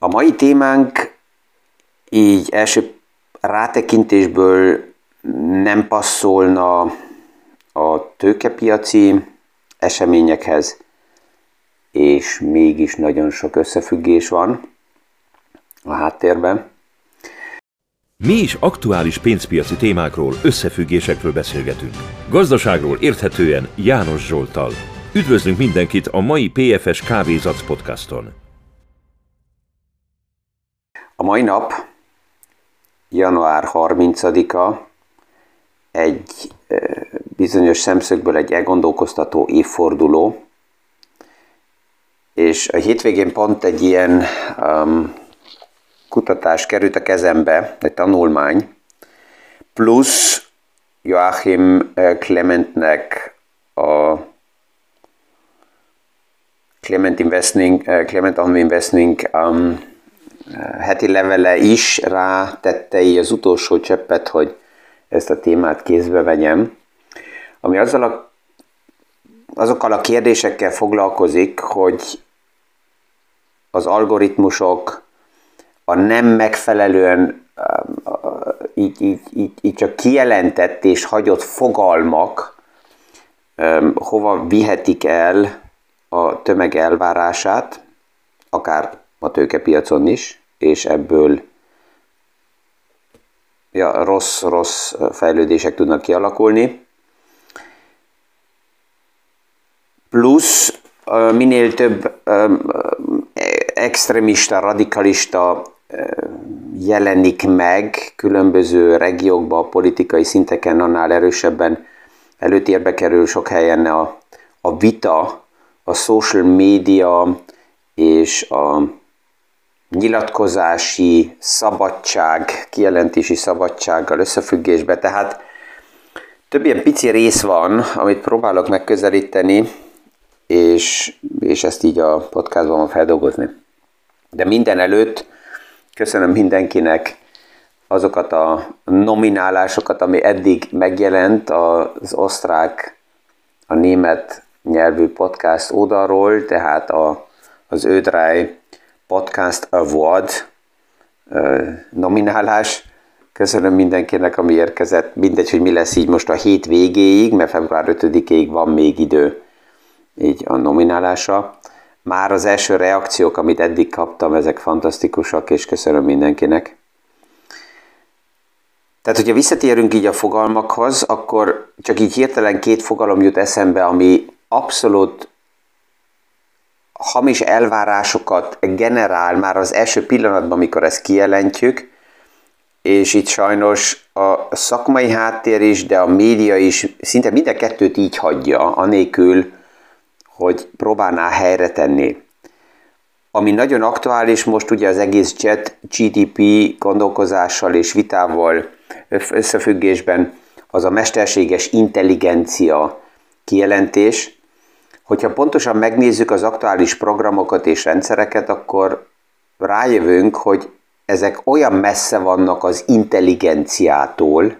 mai témánk így első rátekintésből nem passzolna a tőkepiaci eseményekhez, és mégis nagyon sok összefüggés van a háttérben. Mi is aktuális pénzpiaci témákról, összefüggésekről beszélgetünk. Gazdaságról érthetően János Zsolttal. Üdvözlünk mindenkit a mai PFS Kávézac podcaston. A mai nap, január 30-a, egy bizonyos szemszögből egy elgondolkoztató évforduló, és a hétvégén pont egy ilyen kutatás került a kezembe, egy tanulmány, plusz Joachim Clementnek a Clement on Investing heti levele is rátette így az utolsó cseppet, hogy ezt a témát kézbe vegyem, ami azokkal a kérdésekkel foglalkozik, hogy az algoritmusok a nem megfelelően így csak kijelentett és hagyott fogalmak hova vihetik el a tömeg elvárását, akár a tőkepiacon is, és ebből rossz fejlődések tudnak kialakulni. Plusz minél több extremista, radikalista jelenik meg különböző regiókban, politikai szinteken, annál erősebben előtérbe kerül sok helyen a vita, a social media és a nyilatkozási szabadság, kijelentési szabadsággal összefüggésbe. Tehát több ilyen pici rész van, amit próbálok megközelíteni, és ezt így a podcastban feldolgozni. De minden előtt köszönöm mindenkinek azokat a nominálásokat, ami eddig megjelent az osztrák, a német nyelvű podcast oldalról, tehát az Ö3 Podcast Award nominálás. Köszönöm mindenkinek, ami érkezett. Mindegy, hogy mi lesz így most a hét végéig, mert február 5-ig van még idő így a nominálásra. Már az első reakciók, amit eddig kaptam, ezek fantasztikusak, és köszönöm mindenkinek. Tehát, hogyha visszatérünk így a fogalmakhoz, akkor csak így hirtelen két fogalom jut eszembe, ami abszolút hamis elvárásokat generál már az első pillanatban, amikor ezt kijelentjük, és itt sajnos a szakmai háttér is, de a média is szinte mind a kettőt így hagyja, anélkül, hogy próbálná helyre tenni. Ami nagyon aktuális most ugye az egész GDP gondolkozással és vitával összefüggésben, az a mesterséges intelligencia kijelentés. Hogyha pontosan megnézzük az aktuális programokat és rendszereket, akkor rájövünk, hogy ezek olyan messze vannak az intelligenciától,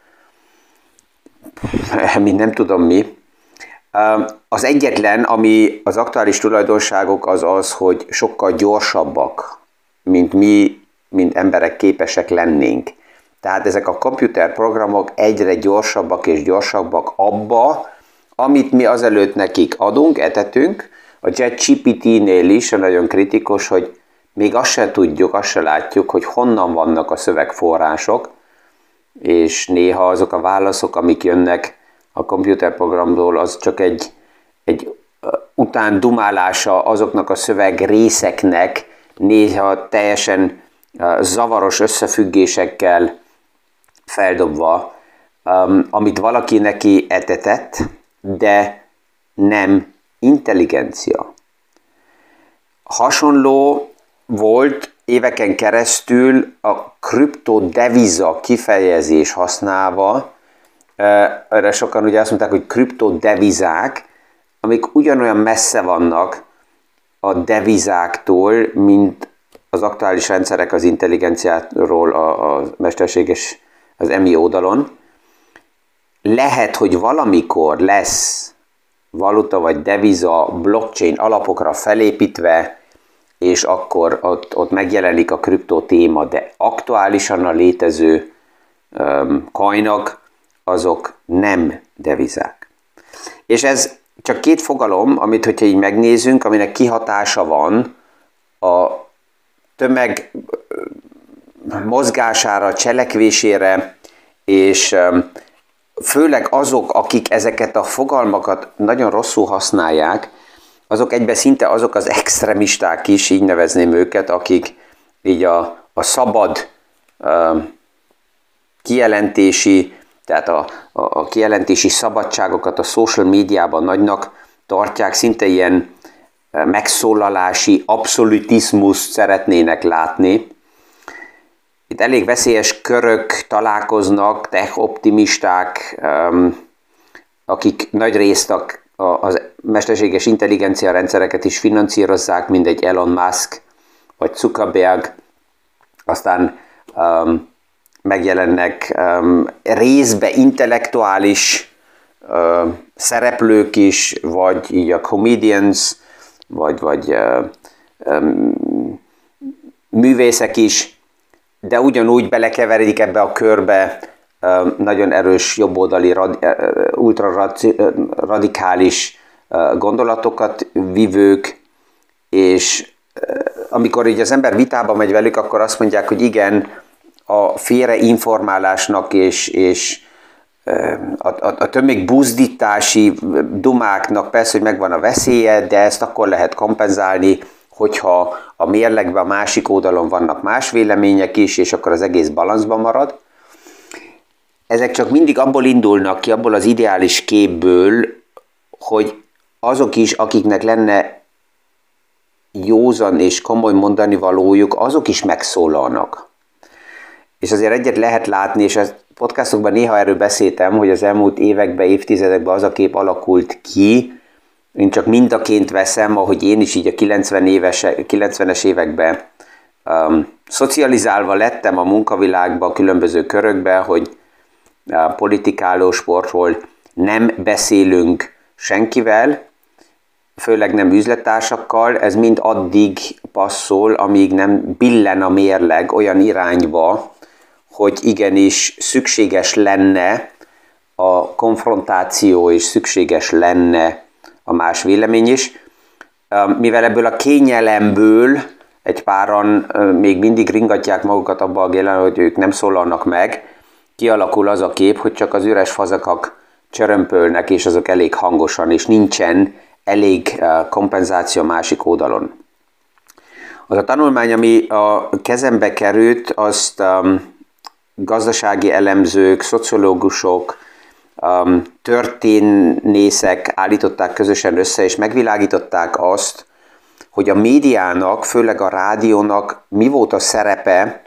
mint nem tudom mi. Az egyetlen, ami az aktuális tulajdonságok az, hogy sokkal gyorsabbak, mint mi, mint emberek képesek lennénk. Tehát ezek a komputerprogramok egyre gyorsabbak és gyorsabbak abba, amit mi azelőtt nekik adunk, etetünk. A ChatGPT-nél is nagyon kritikus, hogy még azt se tudjuk, azt se látjuk, hogy honnan vannak a szövegforrások, és néha azok a válaszok, amik jönnek a komputerprogramból, az csak egy után dumálása azoknak a szövegrészeknek, néha teljesen zavaros összefüggésekkel feldobva, amit valaki neki etetett, de nem intelligencia. Hasonló volt éveken keresztül a kriptodeviza kifejezés használva. Erre sokan ugye azt mondták, hogy kriptodevizák, amik ugyanolyan messze vannak a devizáktól, mint az aktuális rendszerek az intelligenciáról, a mesterséges, az MI oldalon. Lehet, hogy valamikor lesz valuta vagy deviza blockchain alapokra felépítve, és akkor ott megjelenik a kriptó téma, de aktuálisan a létező coinok, azok nem devizák. És ez csak két fogalom, amit hogyha így megnézünk, aminek kihatása van a tömeg mozgására, cselekvésére, és főleg azok, akik ezeket a fogalmakat nagyon rosszul használják, azok egyben szinte azok az extremisták is, így nevezném őket, akik így a szabad kijelentési, tehát a kijelentési szabadságokat a social médiában nagynak tartják, szinte ilyen megszólalási abszolutizmust szeretnének látni. Itt elég veszélyes körök találkoznak, tech-optimisták, akik nagy részt a mesterséges intelligencia rendszereket is finanszírozzák, mint egy Elon Musk vagy Zuckerberg, aztán megjelennek részbe intellektuális szereplők is, vagy így a comedians, vagy művészek is, de ugyanúgy belekeveredik ebbe a körbe nagyon erős jobboldali, ultraradikális gondolatokat vivők, és amikor így az ember vitába megy velük, akkor azt mondják, hogy igen, a félreinformálásnak és a tömegbuzdítási dumáknak persze, hogy megvan a veszélye, de ezt akkor lehet kompenzálni, hogyha a mérlegben a másik oldalon vannak más vélemények is, és akkor az egész balanszban marad. Ezek csak mindig abból indulnak ki, abból az ideális képből, hogy azok is, akiknek lenne józan és komoly mondani valójuk, azok is megszólalnak. És azért egyet lehet látni, és a podcastokban néha erről beszéltem, hogy az elmúlt években, évtizedekben az a kép alakult ki, én csak mintaként veszem, ahogy én is így a 90-es években szocializálva lettem a munkavilágba, a különböző körökbe, hogy politikáló sportról nem beszélünk senkivel, főleg nem üzlettársakkal, ez mind addig passzol, amíg nem billen a mérleg olyan irányba, hogy igenis szükséges lenne a konfrontáció, és szükséges lenne a más vélemény is. Mivel ebből a kényelemből egy páran még mindig ringatják magukat abba a gélen, hogy ők nem szólalnak meg, kialakul az a kép, hogy csak az üres fazakak csörömpölnek, és azok elég hangosan, és nincsen elég kompenzáció a másik oldalon. Az a tanulmány, ami a kezembe került, azt gazdasági elemzők, szociológusok, történészek állították közösen össze, és megvilágították azt, hogy a médiának, főleg a rádiónak mi volt a szerepe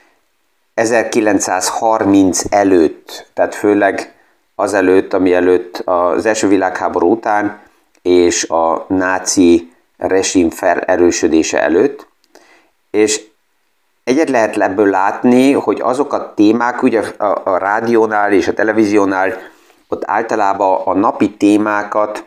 1930 előtt, tehát főleg azelőtt, ami előtt az első világháború után, és a náci rezsim felerősödése előtt. És egyet lehet ebből látni, hogy azok a témák, ugye a rádiónál és a televíziónál, ott általában a napi témákat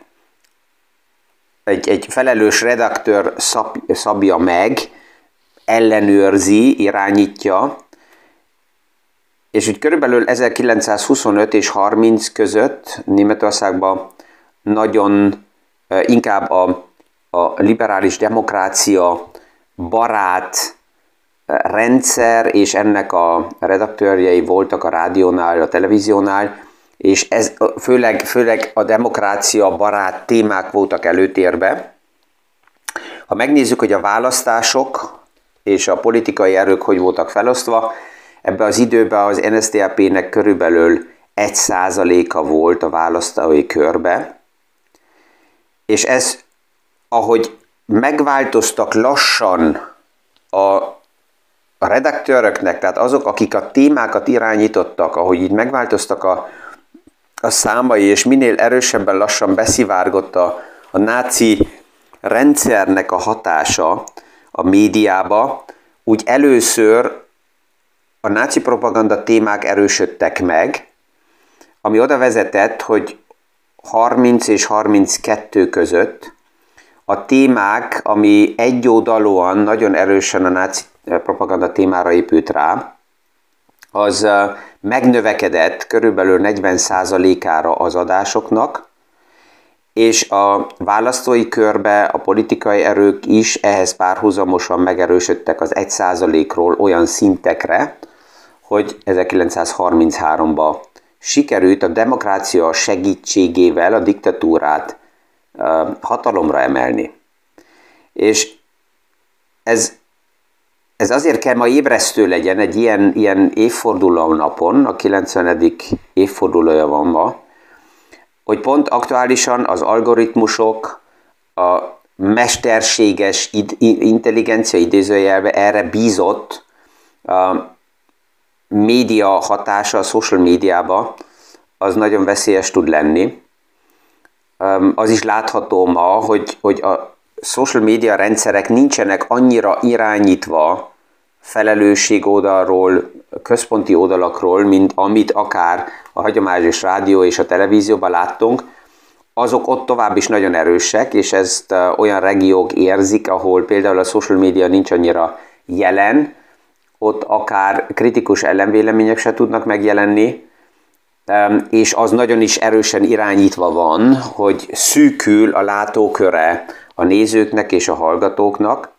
egy felelős redaktőr szabja meg, ellenőrzi, irányítja, és úgy körülbelül 1925 és 30 között Németországban nagyon inkább a liberális demokrácia barát rendszer, és ennek a redaktőrjei voltak a rádiónál, a televíziónál, és ez főleg a demokrácia barát témák voltak előtérbe. Ha megnézzük, hogy a választások és a politikai erők hogy voltak felosztva, ebben az időben az NSDAP-nek körülbelül 1%-a volt a választói körbe, és ez, ahogy megváltoztak lassan a redaktőröknek, tehát azok, akik a témákat irányítottak, ahogy így megváltoztak a számai, és minél erősebben lassan beszivárgott a náci rendszernek a hatása a médiába, úgy először a náci propaganda témák erősödtek meg, ami oda vezetett, hogy 30 és 32 között a témák, ami egyoldalúan nagyon erősen a náci propaganda témára épült rá, az megnövekedett körülbelül 40%-ára az adásoknak, és a választói körbe a politikai erők is ehhez párhuzamosan megerősödtek az 1%-ról olyan szintekre, hogy 1933-ban sikerült a demokrácia segítségével a diktatúrát hatalomra emelni. És ez azért kell ma ébresztő legyen egy ilyen évforduló napon, a 90. évfordulója van ma, hogy pont aktuálisan az algoritmusok, a mesterséges intelligencia idézőjelbe erre bízott média hatása a social médiába, az nagyon veszélyes tud lenni. Az is látható ma, hogy a social media rendszerek nincsenek annyira irányítva felelősség oldalról, központi oldalakról, mint amit akár a hagyományos rádió és a televízióban láttunk, azok ott tovább is nagyon erősek, és ezt olyan regiók érzik, ahol például a social media nincs annyira jelen, ott akár kritikus ellenvélemények se tudnak megjelenni, és az nagyon is erősen irányítva van, hogy szűkül a látóköre a nézőknek és a hallgatóknak,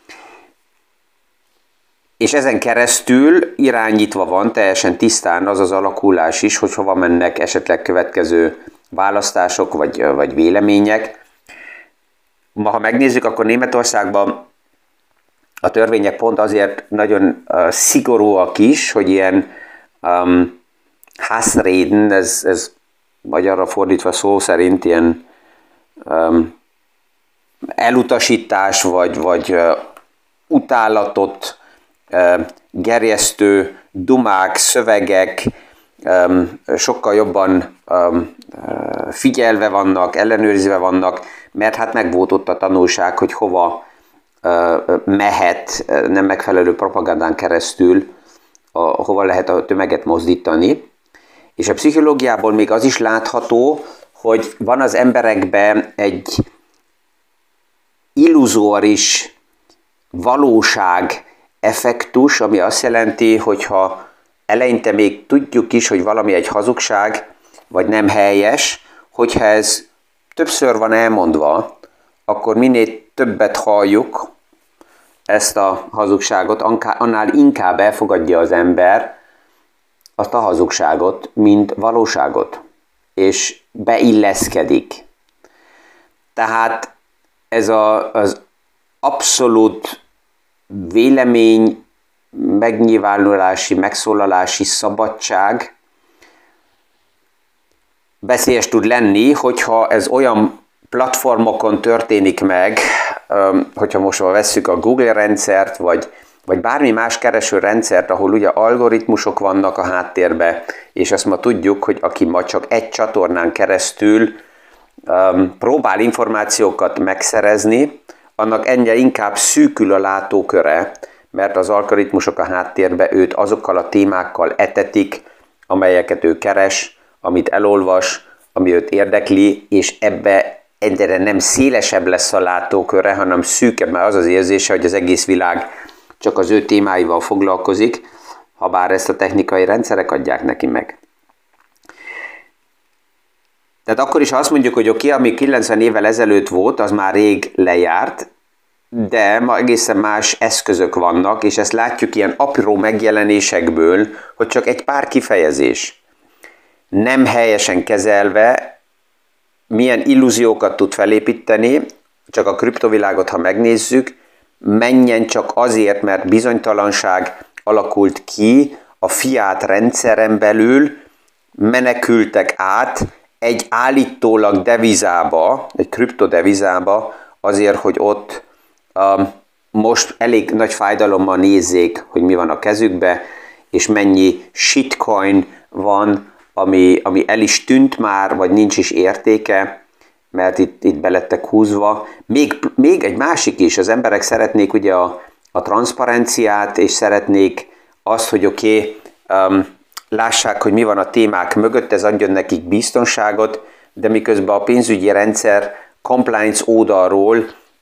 és ezen keresztül irányítva van teljesen tisztán az az alakulás is, hogy hova mennek esetleg következő választások vagy vélemények. Ma, ha megnézzük, akkor Németországban a törvények pont azért nagyon szigorúak is, hogy ilyen Hassreden, ez magyarra fordítva szó szerint ilyen elutasítás vagy utálatot gerjesztő dumák, szövegek sokkal jobban figyelve vannak, ellenőrizve vannak, mert hát meg volt ott a tanulság, hogy hova mehet nem megfelelő propagandán keresztül, hova lehet a tömeget mozdítani. És a pszichológiából még az is látható, hogy van az emberekben egy illuzóris valóság effektus, ami azt jelenti, hogyha eleinte még tudjuk is, hogy valami egy hazugság, vagy nem helyes, hogyha ez többször van elmondva, akkor minél többet halljuk ezt a hazugságot, annál inkább elfogadja az ember azt a hazugságot, mint valóságot, és beilleszkedik. Tehát ez az abszolút vélemény, megnyilvánulási, megszólalási szabadság veszélyes tud lenni, hogyha ez olyan platformokon történik meg, hogyha most vesszük a Google rendszert, vagy bármi más kereső rendszert, ahol ugye algoritmusok vannak a háttérbe, és azt ma tudjuk, hogy aki ma csak egy csatornán keresztül próbál információkat megszerezni, annak ennyire inkább szűkül a látóköre, mert az algoritmusok a háttérbe őt azokkal a témákkal etetik, amelyeket ő keres, amit elolvas, ami őt érdekli, és ebbe egyre nem szélesebb lesz a látóköre, hanem szűkebb, mert az az érzése, hogy az egész világ csak az ő témáival foglalkozik, ha bár ezt a technikai rendszerek adják neki meg. Tehát akkor is azt mondjuk, hogy oké, ami 90 évvel ezelőtt volt, az már rég lejárt, de ma egészen más eszközök vannak, és ezt látjuk ilyen apró megjelenésekből, hogy csak egy pár kifejezés nem helyesen kezelve milyen illúziókat tud felépíteni, csak a kriptovilágot, ha megnézzük, menjen csak azért, mert bizonytalanság alakult ki a fiát rendszeren belül, menekültek át egy állítólag devizába, egy kriptodevizába, azért, hogy ott most elég nagy fájdalommal nézzék, hogy mi van a kezükbe, és mennyi shitcoin van, ami el is tűnt már, vagy nincs is értéke, mert itt belettek húzva. Még egy másik is, az emberek szeretnék ugye a transzparenciát, és szeretnék azt, hogy oké, lássák, hogy mi van a témák mögött, ez adjon nekik biztonságot, de miközben a pénzügyi rendszer compliance oldalról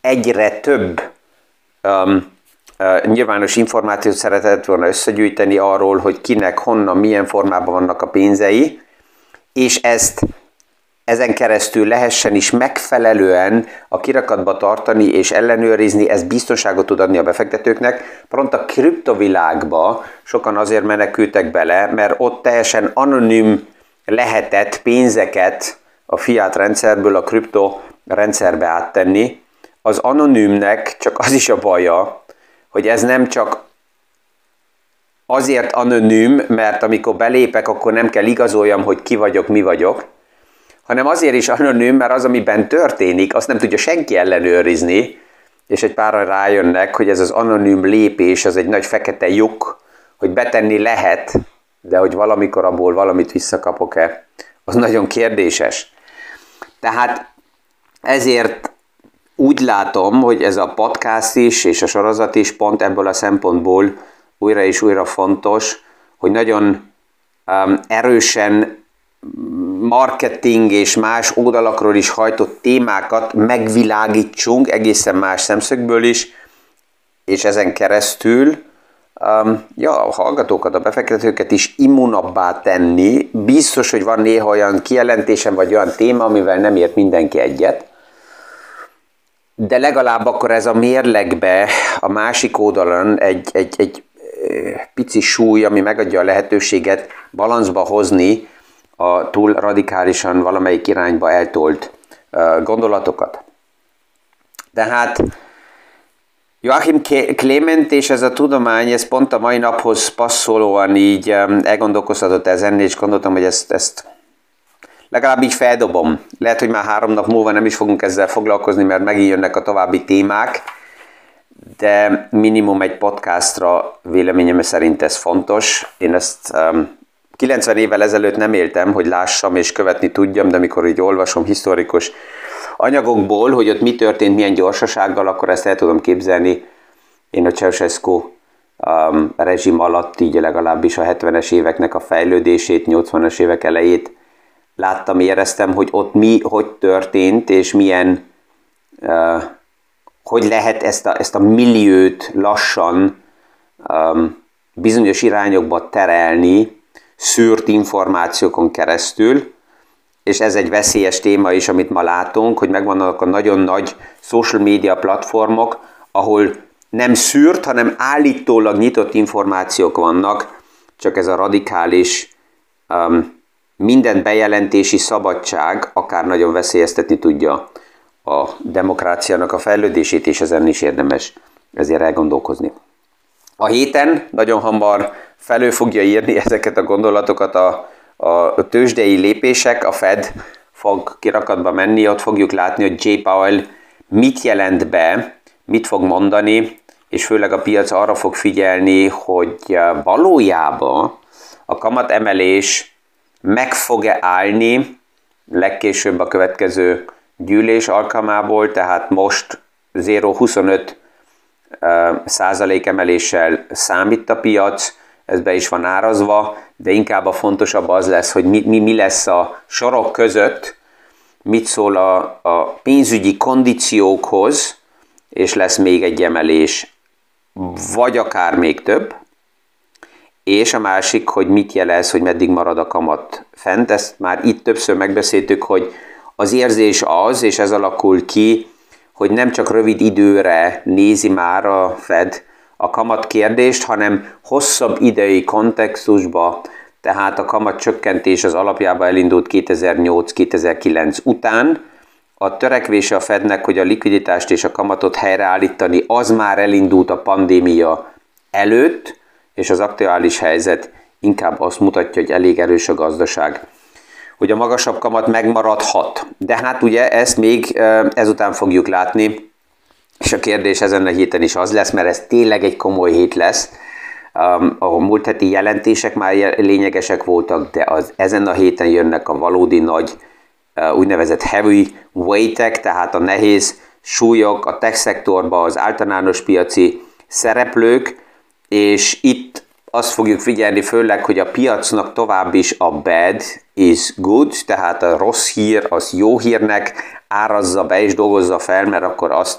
egyre több nyilvános információt szeretett volna összegyűjteni arról, hogy kinek, honnan, milyen formában vannak a pénzei, és ezen keresztül lehessen is megfelelően a kirakatba tartani és ellenőrizni, ez biztonságot tud adni a befektetőknek. Pont a kriptovilágba sokan azért menekültek bele, mert ott teljesen anonim lehetett pénzeket a fiat rendszerből a kripto rendszerbe áttenni. Az anonimnek csak az is a baja, hogy ez nem csak azért anonim, mert amikor belépek, akkor nem kell igazoljam, hogy ki vagyok, mi vagyok, hanem azért is anonim, mert az, amiben történik, azt nem tudja senki ellenőrizni, és egy páran rájönnek, hogy ez az anonim lépés, az egy nagy fekete lyuk, hogy betenni lehet, de hogy valamikor abból valamit visszakapok-e, az nagyon kérdéses. Tehát ezért úgy látom, hogy ez a podcast is, és a sorozat is pont ebből a szempontból újra és újra fontos, hogy nagyon erősen marketing és más oldalakról is hajtott témákat megvilágítsunk egészen más szemszögből is, és ezen keresztül a hallgatókat, a befektetőket is immunabbá tenni. Biztos, hogy van néha olyan kijelentésem, vagy olyan téma, amivel nem ért mindenki egyet, de legalább akkor ez a mérlegbe a másik oldalon egy pici súly, ami megadja a lehetőséget balanszba hozni a túl radikálisan valamelyik irányba eltolt gondolatokat. Tehát Joachim Clement és ez a tudomány, ez pont a mai naphoz passzolóan így elgondolkoztatott ezen, és gondoltam, hogy ezt legalább így feldobom. Lehet, hogy már 3 nap múlva nem is fogunk ezzel foglalkozni, mert megint jönnek a további témák, de minimum egy podcastra véleményem szerint ez fontos. Én ezt 90 évvel ezelőtt nem éltem, hogy lássam és követni tudjam, de amikor így olvasom historikus anyagokból, hogy ott mi történt, milyen gyorsasággal, akkor ezt el tudom képzelni. Én a Ceausescu rezsim alatt így legalábbis a 70-es éveknek a fejlődését, 80-as évek elejét láttam, éreztem, hogy ott mi, hogy történt, és milyen, hogy lehet ezt a milliót lassan bizonyos irányokba terelni, szűrt információkon keresztül, és ez egy veszélyes téma is, amit ma látunk, hogy megvannak a nagyon nagy social media platformok, ahol nem szűrt, hanem állítólag nyitott információk vannak, csak ez a radikális minden bejelentési szabadság akár nagyon veszélyeztetni tudja a demokráciának a fejlődését, és ezen is érdemes ezért elgondolkozni. A héten nagyon hamar felül fogja írni ezeket a gondolatokat a tőzsdei lépések, a Fed fog kirakatba menni, ott fogjuk látni, hogy Jay Powell mit jelent be, mit fog mondani, és főleg a piac arra fog figyelni, hogy valójában a kamatemelés meg fog-e állni legkésőbb a következő gyűlés alkalmából, tehát most 0,25% emeléssel számít a piac, ez be is van árazva, de inkább a fontosabb az lesz, hogy mi lesz a sorok között, mit szól a pénzügyi kondíciókhoz, és lesz még egy emelés, vagy akár még több, és a másik, hogy mit jelez, hogy meddig marad a kamat fent. Ezt már itt többször megbeszéltük, hogy az érzés az, és ez alakul ki, hogy nem csak rövid időre nézi már a Fed a kamat kérdést, hanem hosszabb idei kontextusba, tehát a kamat csökkentés az alapjában elindult 2008-2009 után. A törekvése a Fednek, hogy a likviditást és a kamatot helyreállítani, az már elindult a pandémia előtt, és az aktuális helyzet inkább azt mutatja, hogy elég erős a gazdaság, hogy a magasabb kamat megmaradhat. De hát ugye ezt még ezután fogjuk látni, és a kérdés ezen a héten is az lesz, mert ez tényleg egy komoly hét lesz. A múlt heti jelentések már lényegesek voltak, de ezen a héten jönnek a valódi nagy úgynevezett heavy weightek, tehát a nehéz súlyok a tech szektorban, az általános piaci szereplők, és itt azt fogjuk figyelni főleg, hogy a piacnak tovább is a bad is good, tehát a rossz hír az jó hírnek árazza be és dolgozza fel, mert akkor azt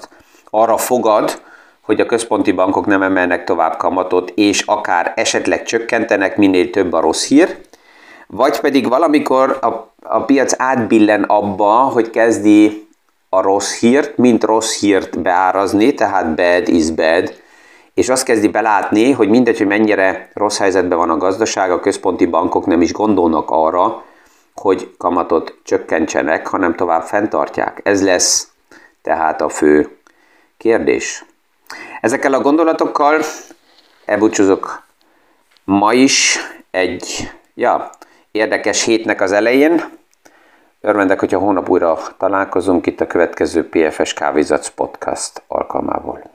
arra fogad, hogy a központi bankok nem emelnek tovább kamatot, és akár esetleg csökkentenek, minél több a rossz hír, vagy pedig valamikor a piac átbillen abba, hogy kezdi a rossz hírt, mint rossz hírt beárazni, tehát bad is bad, és azt kezdi belátni, hogy mindegy, hogy mennyire rossz helyzetben van a gazdaság, a központi bankok nem is gondolnak arra, hogy kamatot csökkentsenek, hanem tovább fenntartják. Ez lesz tehát a fő kérdés. Ezekkel a gondolatokkal elbúcsúzok ma is egy érdekes hétnek az elején. Örvendek, hogyha hónap újra találkozunk itt a következő PFS Kávézac podcast alkalmából.